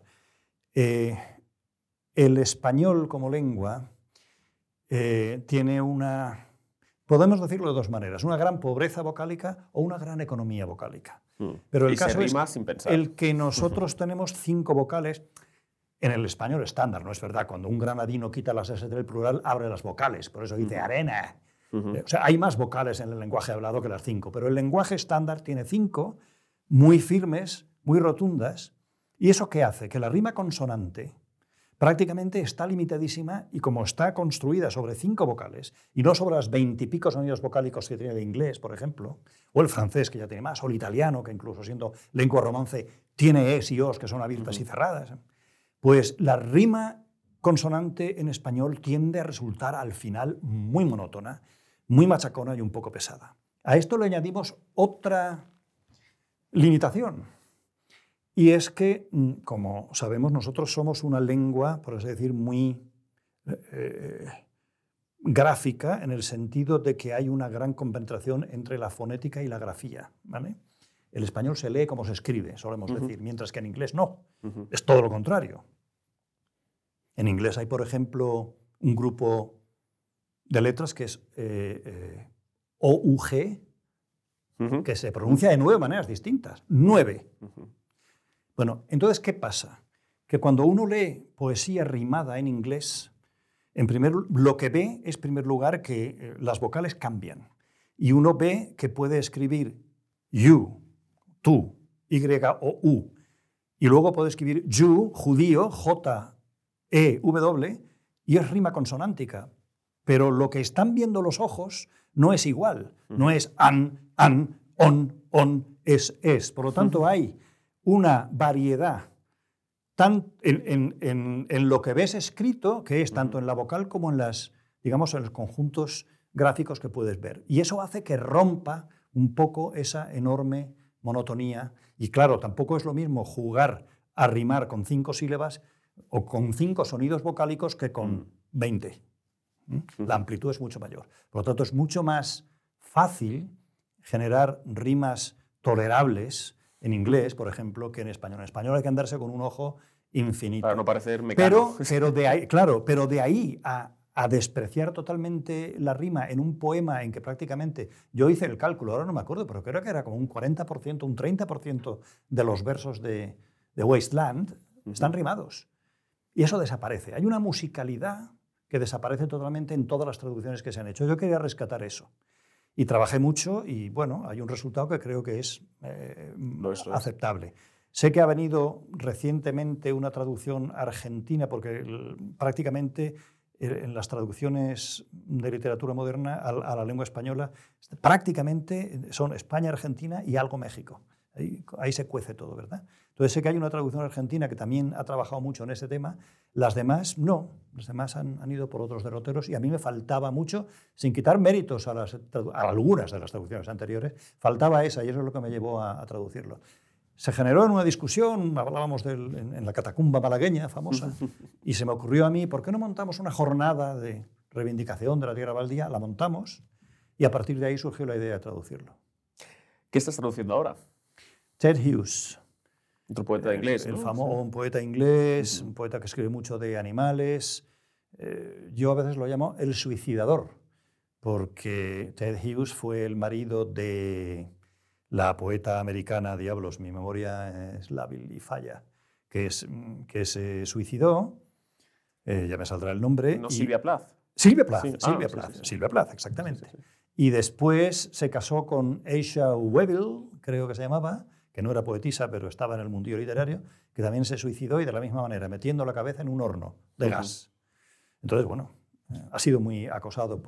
el español como lengua tiene una, podemos decirlo de dos maneras, una gran pobreza vocálica o una gran economía vocálica. Pero el caso es sin pensar. el que nosotros tenemos 5 vocales en el español estándar, ¿no es verdad? Cuando un granadino quita las S del plural, abre las vocales, por eso dice arena. O sea, hay más vocales en el lenguaje hablado que las 5, pero el lenguaje estándar tiene 5 muy firmes, muy rotundas. ¿Y eso qué hace? Que la rima consonante prácticamente está limitadísima y como está construida sobre 5 vocales y no sobre las 20 y pico sonidos vocálicos que tiene el inglés, por ejemplo, o el francés, que ya tiene más, o el italiano, que incluso siendo lengua romance tiene es y os, que son abiertas y cerradas, pues la rima consonante en español tiende a resultar al final muy monótona, muy machacona y un poco pesada. A esto le añadimos otra limitación, y es que, como sabemos, nosotros somos una lengua, por así decir, muy gráfica, en el sentido de que hay una gran compenetración entre la fonética y la grafía, ¿vale? El español se lee como se escribe, solemos decir, mientras que en inglés no. Es todo lo contrario. En inglés hay, por ejemplo, un grupo de letras que es OUG, que se pronuncia de 9 maneras distintas. 9. Bueno, entonces, ¿qué pasa? Que cuando uno lee poesía rimada en inglés, lo que ve es, en primer lugar, que las vocales cambian. Y uno ve que puede escribir you, tú, Y-O-U. Y luego puede escribir you, judío, J-E-W, y es rima consonántica. Pero lo que están viendo los ojos no es igual. No es an, on, es. Por lo tanto, hay una variedad en lo que ves escrito, que es tanto en la vocal como en los conjuntos gráficos que puedes ver. Y eso hace que rompa un poco esa enorme monotonía. Y claro, tampoco es lo mismo jugar a rimar con 5 sílabas o con 5 sonidos vocálicos que con 20. La amplitud es mucho mayor. Por lo tanto, es mucho más fácil generar rimas tolerables en inglés, por ejemplo, que en español. En español hay que andarse con un ojo infinito. Para no parecer mecánico. Pero de ahí a despreciar totalmente la rima en un poema en que prácticamente, yo hice el cálculo, ahora no me acuerdo, pero creo que era como un 40%, un 30% de los versos de Wasteland están rimados. Y eso desaparece. Hay una musicalidad que desaparece totalmente en todas las traducciones que se han hecho. Yo quería rescatar eso. Y trabajé mucho y, bueno, hay un resultado que creo que es aceptable. Sé que ha venido recientemente una traducción argentina, porque prácticamente en las traducciones de literatura moderna a la lengua española, prácticamente son España, Argentina y algo México. Ahí se cuece todo, ¿verdad? Entonces sé que hay una traducción argentina que también ha trabajado mucho en ese tema. Las demás no, las demás han ido por otros derroteros y a mí me faltaba mucho, sin quitar méritos a algunas de las traducciones anteriores, faltaba esa y eso es lo que me llevó a traducirlo. Se generó en una discusión, hablábamos en la catacumba malagueña famosa, y se me ocurrió a mí, ¿por qué no montamos una jornada de reivindicación de la tierra baldía? La montamos y a partir de ahí surgió la idea de traducirlo. ¿Qué estás traduciendo ahora? Ted Hughes. Otro poeta inglés, ¿no? Un poeta inglés, un poeta que escribe mucho de animales. Yo a veces lo llamo el suicidador, porque Ted Hughes fue el marido de la poeta americana, diablos, mi memoria es lábil y falla, que se suicidó, ya me saldrá el nombre. ¿No Silvia Plath? Silvia Plath, Sí. Silvia Plath, exactamente. Sí. Y después se casó con Aisha Wevill, creo que se llamaba, que no era poetisa, pero estaba en el mundillo literario, que también se suicidó y de la misma manera, metiendo la cabeza en un horno de gas. Entonces, bueno, ha sido muy acosado por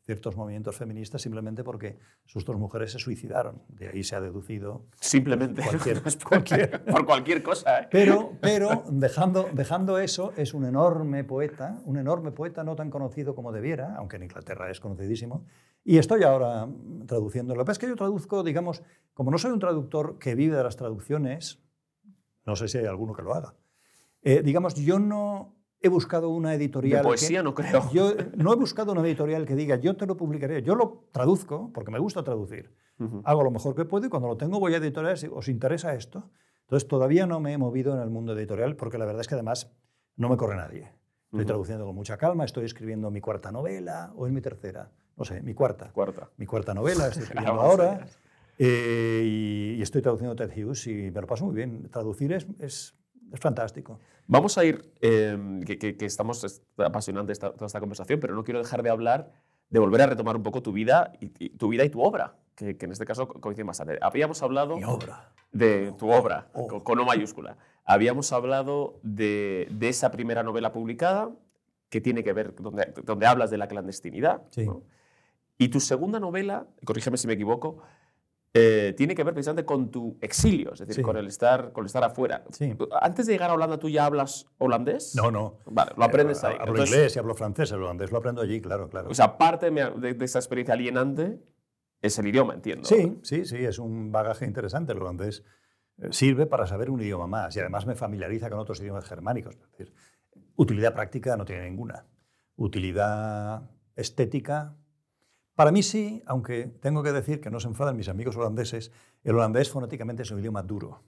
ciertos movimientos feministas simplemente porque sus 2 mujeres se suicidaron. De ahí se ha deducido Simplemente. Por cualquier cosa. ¿Eh? Pero dejando eso, es un enorme poeta no tan conocido como debiera, aunque en Inglaterra es conocidísimo. Y estoy ahora traduciendo. Lo que pasa es que yo traduzco, digamos, como no soy un traductor que vive de las traducciones, no sé si hay alguno que lo haga, digamos, yo no he buscado una editorial... De poesía no creo. Yo no he buscado una editorial que diga, yo te lo publicaré. Yo lo traduzco, porque me gusta traducir. Hago lo mejor que puedo y cuando lo tengo voy a editoriales y ¿os interesa esto? Entonces todavía no me he movido en el mundo editorial porque la verdad es que además no me corre nadie. Estoy traduciendo con mucha calma, estoy escribiendo mi 4ª novela o es mi 3ª, no sé, mi 4ª. Mi 4ª novela, estoy escribiendo ahora y estoy traduciendo Ted Hughes y me lo paso muy bien. Traducir es fantástico. Vamos a ir, que estamos apasionante toda esta conversación, pero no quiero dejar de hablar, de volver a retomar un poco tu vida y tu obra, que en este caso coincide bastante. Habíamos hablado... Mi obra. De tu obra, con O mayúscula. Habíamos hablado de esa primera novela publicada, que tiene que ver, donde hablas de la clandestinidad. Sí. ¿No? Y tu segunda novela, corrígeme si me equivoco, tiene que ver precisamente con tu exilio, es decir, Sí. con el estar afuera. Sí. Antes de llegar a Holanda, ¿tú ya hablas holandés? No. Vale, lo aprendes ahí. Hablo Entonces, inglés y hablo francés, el holandés lo aprendo allí, claro. o sea, parte de esa experiencia alienante es el idioma, entiendo. Sí, es un bagaje interesante. El holandés sirve para saber un idioma más y además me familiariza con otros idiomas germánicos. Es decir, utilidad práctica no tiene ninguna. Utilidad estética, para mí sí, aunque tengo que decir que no se enfadan mis amigos holandeses, el holandés fonéticamente es un idioma duro.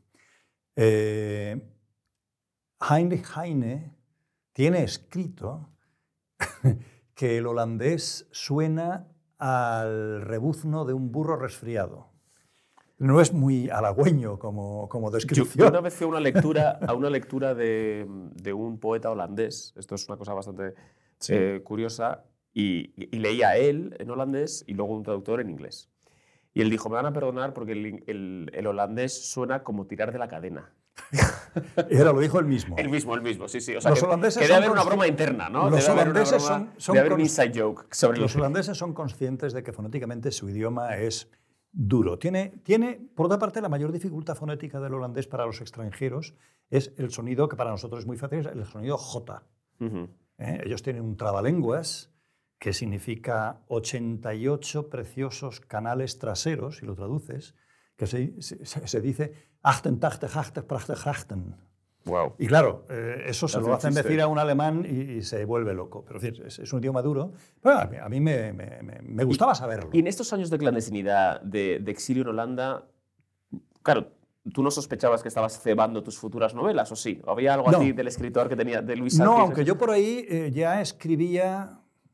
Heinrich Heine tiene escrito que el holandés suena al rebuzno de un burro resfriado. No es muy halagüeño como descripción. Yo una vez fui a una lectura de un poeta holandés, esto es una cosa bastante curiosa, y leía a él en holandés y luego un traductor en inglés. Y él dijo, me van a perdonar porque el holandés suena como tirar de la cadena. Lo dijo él mismo. El mismo, sí. O sea, los holandeses debe haber una broma interna, ¿no? Los holandeses debe haber un inside joke sobre los holandeses son conscientes de que fonéticamente su idioma es duro. Tiene, por otra parte, la mayor dificultad fonética del holandés para los extranjeros es el sonido que para nosotros es muy fácil, es el sonido J. Ellos tienen un trabalenguas que significa 88 preciosos canales traseros, si lo traduces, que se dice 88 prachtige grachten. Wow. Y claro, eso se lo hacen decir a un alemán y se vuelve loco. Pero es un idioma duro. Pero a mí me gustaba saberlo. Y en estos años de clandestinidad, de exilio en Holanda, claro, ¿tú no sospechabas que estabas cebando tus futuras novelas, o sí? ¿O había algo así del escritor que tenía, de Luis Sanz? No, aunque yo por ahí ya escribía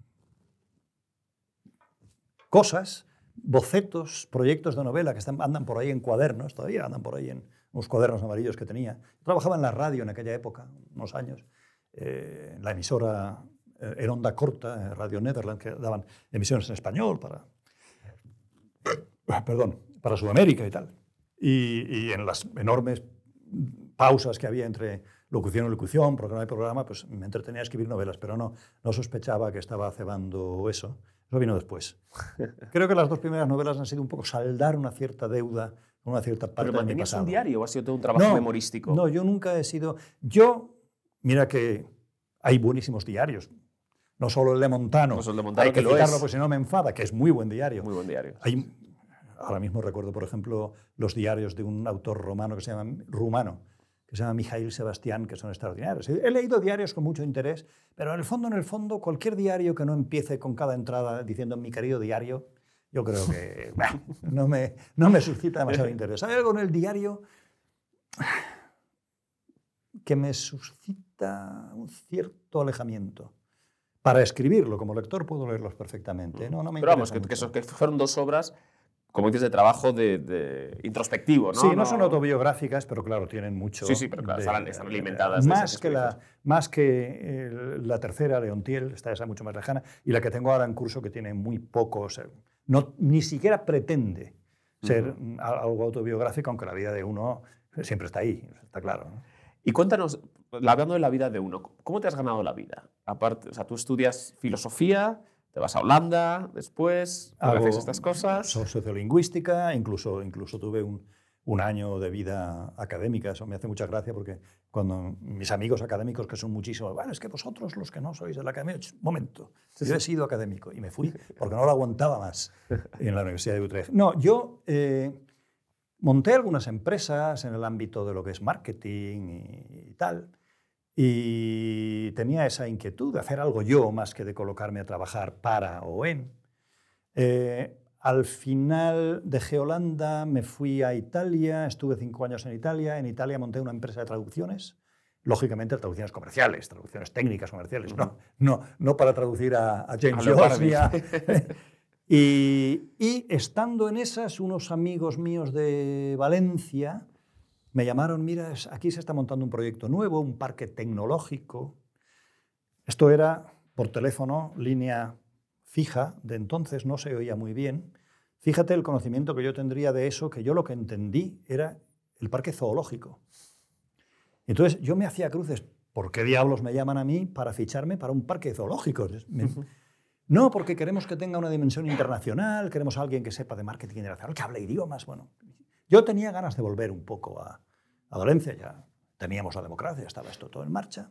cosas, bocetos, proyectos de novela que andan por ahí en cuadernos, todavía andan por ahí en unos cuadernos amarillos que tenía. Trabajaba en la radio en aquella época, unos años, en la emisora en onda corta, Radio Nederland, que daban emisiones en español para Sudamérica y tal. Y en las enormes pausas que había entre locución y locución, programa y programa, pues me entretenía a escribir novelas, pero no sospechaba que estaba cebando eso. Eso vino después. Creo que las 2 primeras novelas han sido un poco saldar una cierta deuda con una cierta parte de mi pasado. ¿Pero mantenías un diario o ha sido todo un trabajo memorístico? No, yo nunca he sido... Mira que hay buenísimos diarios. No solo el de Montano. Hay que citarlo porque si no me enfada, que es muy buen diario. Muy buen diario. Ahora mismo recuerdo, por ejemplo, los diarios de un autor rumano que se llama Mihail Sebastián, que son extraordinarios. He leído diarios con mucho interés, pero en el fondo, cualquier diario que no empiece con cada entrada diciendo mi querido diario, yo creo que no me suscita demasiado interés. Hay algo en el diario que me suscita un cierto alejamiento. Para escribirlo, como lector puedo leerlos perfectamente. No me pero vamos, mucho. que fueron 2 obras, como dices, de trabajo de introspectivo, ¿no? Sí, no son autobiográficas, pero claro, tienen mucho... Sí, pero claro, están alimentadas. Más que la tercera, Leontiel, está esa mucho más lejana, y la que tengo ahora en curso que tiene muy poco... ni siquiera pretende ser algo autobiográfico, aunque la vida de uno siempre está ahí, está claro, ¿no? Y cuéntanos, hablando de la vida de uno, ¿cómo te has ganado la vida? Aparte, o sea, tú estudias filosofía, Te vas a Holanda después, haces estas cosas. Sociolingüística, incluso tuve un año de vida académica. Eso me hace mucha gracia porque cuando mis amigos académicos, que son muchísimos, bueno, es que vosotros los que no sois de la academia, un momento, yo he sido académico y me fui porque no lo aguantaba más en la Universidad de Utrecht. No, yo monté algunas empresas en el ámbito de lo que es marketing y tal, y tenía esa inquietud de hacer algo yo más que de colocarme a trabajar para o en. Al final dejé Holanda, me fui a Italia, estuve 5 años en Italia. En Italia monté una empresa de traducciones, lógicamente traducciones comerciales, traducciones técnicas comerciales, no para traducir a James Joyce. Y estando en esas, unos amigos míos de Valencia me llamaron, mira, aquí se está montando un proyecto nuevo, un parque tecnológico. Esto era por teléfono, línea fija, de entonces no se oía muy bien. Fíjate el conocimiento que yo tendría de eso, que yo lo que entendí era el parque zoológico. Entonces yo me hacía cruces, ¿por qué diablos me llaman a mí para ficharme para un parque zoológico? No, porque queremos que tenga una dimensión internacional, queremos a alguien que sepa de marketing internacional, que hable idiomas. Bueno, yo tenía ganas de volver un poco a Valencia, ya teníamos la democracia, estaba esto todo en marcha,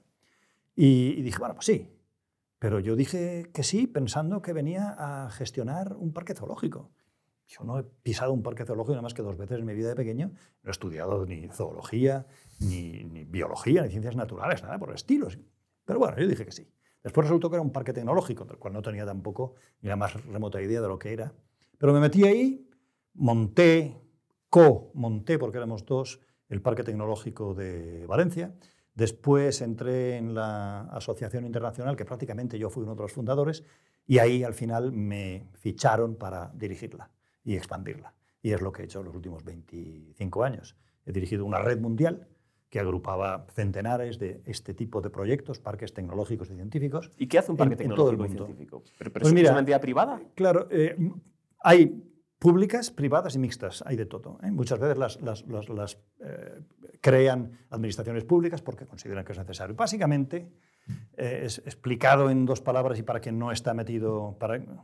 y dije, bueno, pues sí. Pero yo dije que sí pensando que venía a gestionar un parque zoológico. Yo no he pisado un parque zoológico nada más que 2 veces en mi vida de pequeño. No he estudiado ni zoología, ni biología, ni ciencias naturales, nada por el estilo. Pero bueno, yo dije que sí. Después resultó que era un parque tecnológico, del cual no tenía tampoco ni la más remota idea de lo que era. Pero me metí ahí, monté, porque éramos 2, el Parque Tecnológico de Valencia. Después entré en la Asociación Internacional, que prácticamente yo fui uno de los fundadores, y ahí al final me ficharon para dirigirla y expandirla. Y es lo que he hecho los últimos 25 años. He dirigido una red mundial que agrupaba centenares de este tipo de proyectos, parques tecnológicos y científicos. ¿Y qué hace un parque tecnológico y científico? ¿Pero es una entidad privada? Claro, hay públicas, privadas y mixtas, hay de todo. Muchas veces las crean administraciones públicas porque consideran que es necesario. Básicamente, es explicado en 2 palabras y para quien no está metido,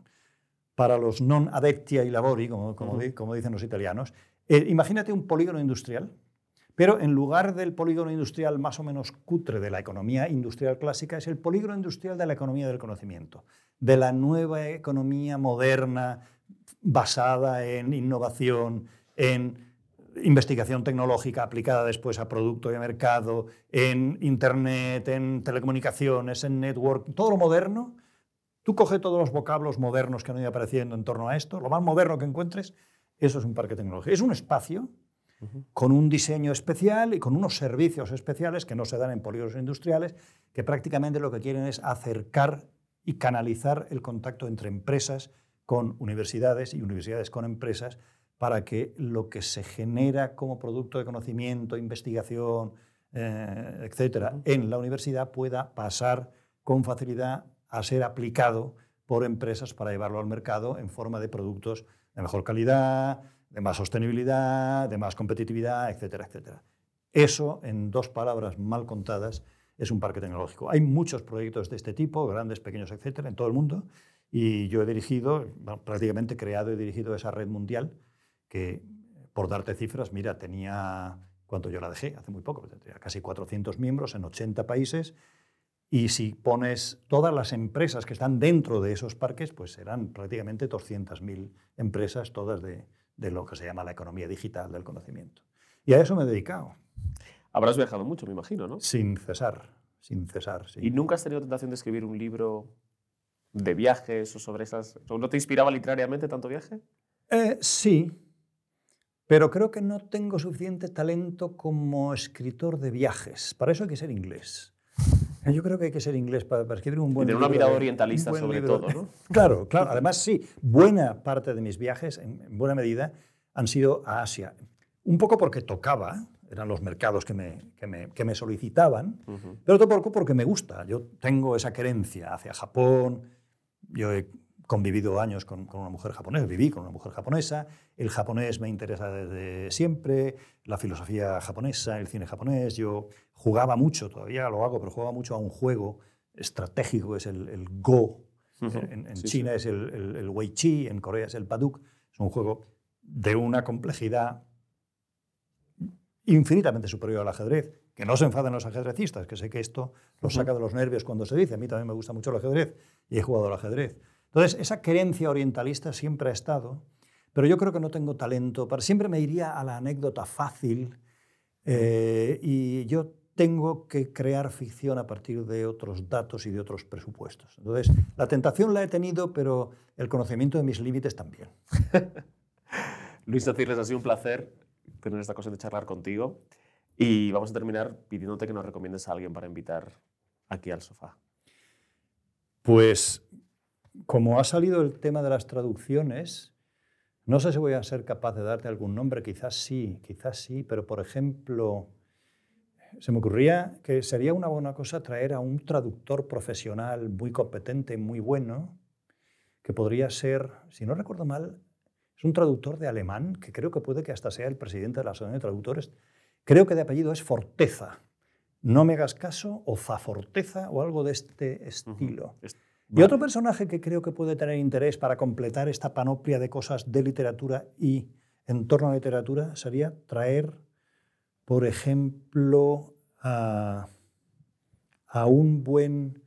para los non adepti ai lavori, como dicen los italianos, imagínate un polígono industrial, pero en lugar del polígono industrial más o menos cutre de la economía industrial clásica, es el polígono industrial de la economía del conocimiento, de la nueva economía moderna, basada en innovación, en investigación tecnológica aplicada después a producto y a mercado, en Internet, en telecomunicaciones, en network, todo lo moderno. Tú coge todos los vocablos modernos que han ido apareciendo en torno a esto, lo más moderno que encuentres, eso es un parque tecnológico. Es un espacio con un diseño especial y con unos servicios especiales que no se dan en polígonos industriales, que prácticamente lo que quieren es acercar y canalizar el contacto entre empresas con universidades y universidades con empresas para que lo que se genera como producto de conocimiento, investigación, etcétera, en la universidad pueda pasar con facilidad a ser aplicado por empresas para llevarlo al mercado en forma de productos de mejor calidad, de más sostenibilidad, de más competitividad, etcétera, etcétera. Eso, en 2 palabras mal contadas, es un parque tecnológico. Hay muchos proyectos de este tipo, grandes, pequeños, etcétera, en todo el mundo, y yo he dirigido, prácticamente creado y dirigido esa red mundial que, por darte cifras, mira, tenía, ¿cuánto yo la dejé? Hace muy poco, tenía casi 400 miembros en 80 países, y si pones todas las empresas que están dentro de esos parques, pues serán prácticamente 200.000 empresas, todas de lo que se llama la economía digital del conocimiento. Y a eso me he dedicado. Habrás viajado mucho, me imagino, ¿no? Sin cesar, sí. ¿Y nunca has tenido tentación de escribir un libro de viajes o sobre esas? ¿No te inspiraba literariamente tanto viaje? Sí, pero creo que no tengo suficiente talento como escritor de viajes. Para eso hay que ser inglés. Yo creo que hay que ser inglés para escribir un buen libro. Y tener una mirada orientalista sobre todo, ¿no? Claro. Además, sí, buena parte de mis viajes, en buena medida, han sido a Asia. Un poco porque tocaba, eran los mercados que me solicitaban, pero otro poco porque me gusta. Yo tengo esa querencia hacia Japón. Yo he convivido años con una mujer japonesa, viví con una mujer japonesa. El japonés me interesa desde siempre, la filosofía japonesa, el cine japonés. Yo jugaba mucho, todavía lo hago, pero jugaba mucho a un juego estratégico, es el Go, En China es el Weiqi, en Corea es el Baduk. Es un juego de una complejidad infinitamente superior al ajedrez. Que no se enfaden los ajedrecistas, que sé que esto los saca de los nervios cuando se dice. A mí también me gusta mucho el ajedrez y he jugado al ajedrez. Entonces, esa querencia orientalista siempre ha estado, pero yo creo que no tengo talento. Siempre me iría a la anécdota fácil y yo tengo que crear ficción a partir de otros datos y de otros presupuestos. Entonces, la tentación la he tenido, pero el conocimiento de mis límites también. Luis Sanz Irles, ha sido un placer tener esta ocasión de charlar contigo. Y vamos a terminar pidiéndote que nos recomiendes a alguien para invitar aquí al sofá. Pues, como ha salido el tema de las traducciones, no sé si voy a ser capaz de darte algún nombre, quizás sí, pero por ejemplo, se me ocurría que sería una buena cosa traer a un traductor profesional muy competente, muy bueno, que podría ser, si no recuerdo mal, es un traductor de alemán, que creo que puede que hasta sea el presidente de la Asociación de Traductores. Creo que de apellido es Forteza. No me hagas caso, o Zaforteza, o algo de este estilo. Y otro personaje que creo que puede tener interés para completar esta panoplia de cosas de literatura y en torno a la literatura sería traer, por ejemplo, a un buen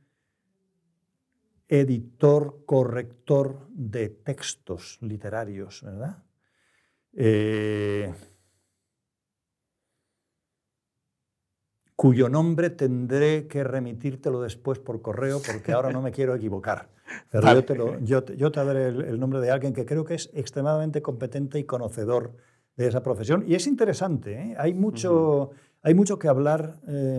editor, corrector de textos literarios, ¿verdad? Cuyo nombre tendré que remitírtelo después por correo porque ahora no me quiero equivocar. Pero vale. yo te daré el nombre de alguien que creo que es extremadamente competente y conocedor de esa profesión. Y es interesante, ¿eh? Hay mucho que hablar.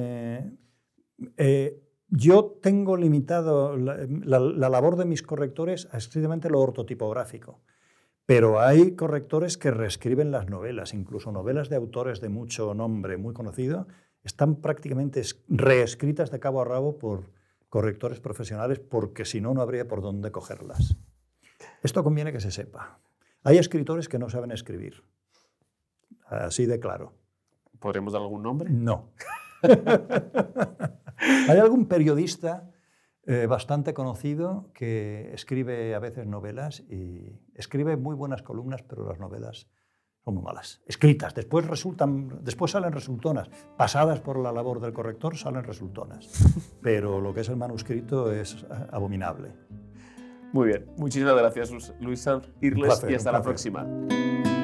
Yo tengo limitado la labor de mis correctores a estrictamente lo ortotipográfico. Pero hay correctores que reescriben las novelas, incluso novelas de autores de mucho nombre, muy conocido, están prácticamente reescritas de cabo a rabo por correctores profesionales porque si no, no habría por dónde cogerlas. Esto conviene que se sepa. Hay escritores que no saben escribir. Así de claro. ¿Podremos dar algún nombre? No. Hay algún periodista bastante conocido que escribe a veces novelas y escribe muy buenas columnas, pero las novelas son muy malas. Escritas, después salen resultonas. Pasadas por la labor del corrector salen resultonas. Pero lo que es el manuscrito es abominable. Muy bien. Muchísimas gracias, Luis Sanz Irles, y hasta la próxima.